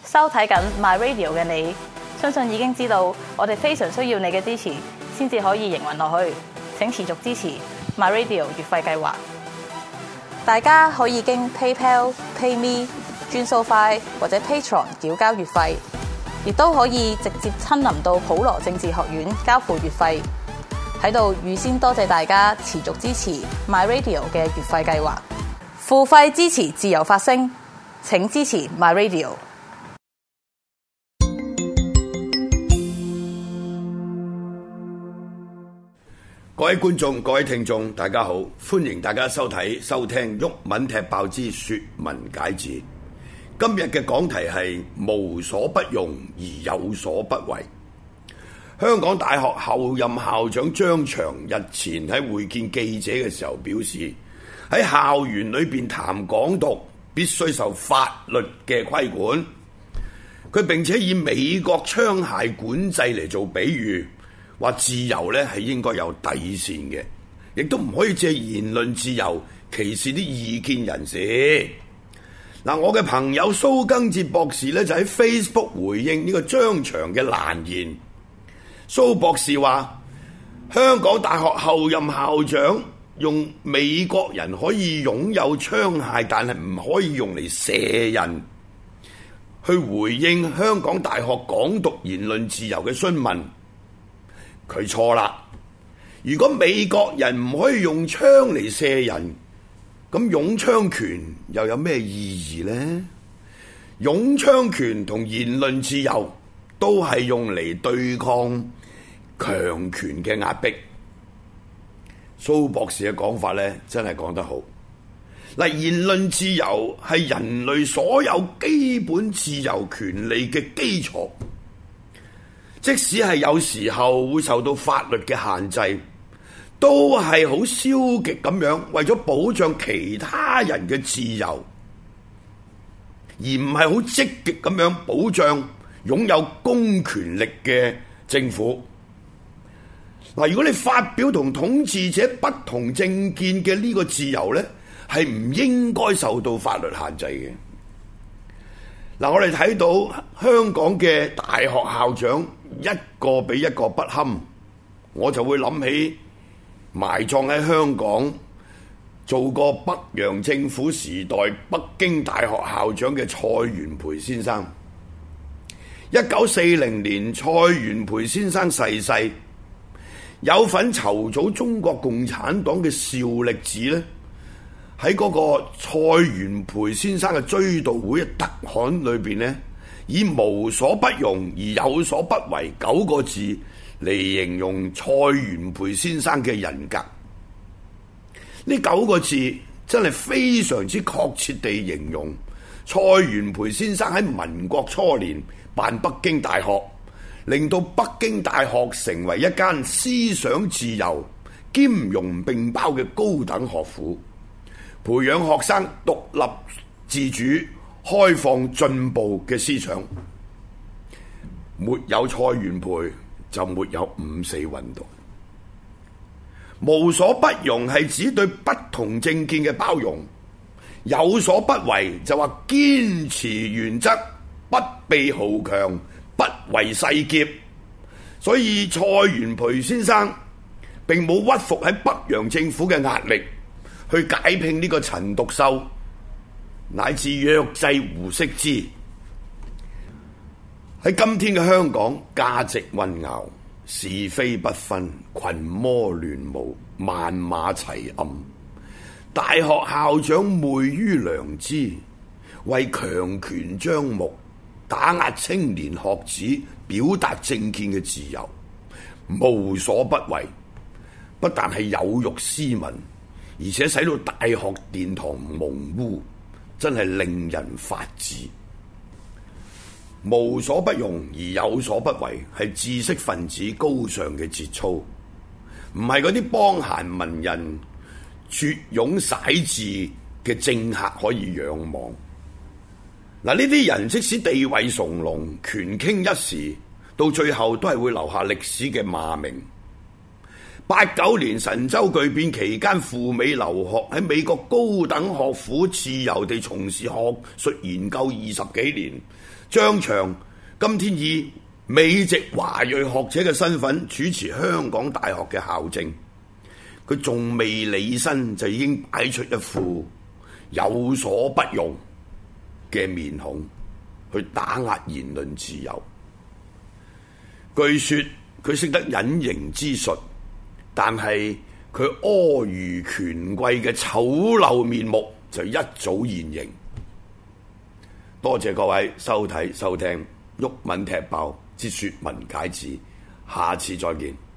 收睇緊 My Radio 嘅你，相信已經知道我哋非常需要你嘅支持，先至可以營運落去。請持續支持 My Radio 月費計劃。大家可以經 PayPal、PayMe、轉數快或者 Patreon 繳交月費，亦都可以直接親臨到普羅政治學院交付月費。喺度預先多謝大家持續支持 My Radio 嘅月費計劃，付費支持自由發聲。請支持 My Radio。 各位觀眾、各位聽眾，大家好，歡迎大家收聽毓民踢爆之說文解字。今日嘅講題係無所不用而有所不為。香港大學候任校長張翔日前喺會見記者嘅時候表示，喺校園裏邊談港獨必須受法律嘅規管。佢並且以美國槍械管制嚟做比喻，話自由咧係應該有底線嘅，亦都唔可以借言論自由歧視啲異見人士。嗱，我嘅朋友蘇賡哲博士咧就喺 Facebook 回應呢個張翔嘅難言。蘇博士話：香港大學候任校長用美國人可以擁有槍械，但係唔可以用嚟射人，去回應香港大學港獨言論自由嘅詢問。佢錯啦！如果美國人唔可以用槍嚟射人，咁擁槍權又有咩意義呢？擁槍權同言論自由都係用嚟對抗強權嘅壓迫。蘇博士嘅講法呢，真係講得好。嗱，言論自由係人類所有基本自由權利嘅基礎。即使係有時候會受到法律嘅限制，都係好消極咁樣，為咗保障其他人嘅自由，而唔係好積極咁樣保障擁有公權力嘅政府。嗱，如果你發表同統治者不同政見嘅呢個自由呢，係唔應該受到法律限制嘅。嗱，我哋睇到香港嘅大學校長一個比一個不堪，我就會諗起埋葬喺香港做過北洋政府時代北京大學校長嘅蔡元培先生。1940年蔡元培先生逝世，有份籌組中國共產黨嘅邵力子呢，喺嗰個蔡元培先生嘅追悼會嘅特刊裏邊呢，以無所不用而有所不為9個字嚟形容蔡元培先生嘅人格。呢9個字真係非常之確切地形容蔡元培先生喺民國初年辦北京大學，令到北京大學成為一間思想自由、兼容並包嘅高等學府，培養學生獨立自主、開放進步嘅思想。沒有蔡元培就沒有五四運動。無所不容係指對不同政見嘅包容，有所不為就話堅持原則，不避豪強，不為世劫。所以蔡元培先生並冇屈服喺北洋政府嘅壓力，去解聘呢個陳獨秀，乃至約制胡適之。喺今天嘅香港，價值混淆，是非不分，群魔亂舞，萬馬齊喑。大學校長昧於良知，為強權張目，打壓青年學子表達政見嘅自由，無所不為，不但係有辱斯文，而且使到大學殿堂蒙污，真係令人髮指。無所不用而有所不為，係知識分子高尚嘅節操，唔係嗰啲幫閒文人吮癰舐痔嘅政客可以仰望。嗱，呢啲人即使地位崇隆、權傾一時，到最後都係會留下歷史嘅罵名。 89年神舟巨變期間赴美留學，喺美國高等學府自由地從事學術研究20幾年。張翔今天以美籍華裔學者嘅身份主持香港大學嘅校政，佢仲未履身就已經擺出一副有所不用嘅面孔去打壓言論自由。據說佢識得隱形之術，但係佢阿諛權貴嘅醜陋面目就一早現形。多謝各位收睇收聽毓民踢爆之說文解字，下次再見。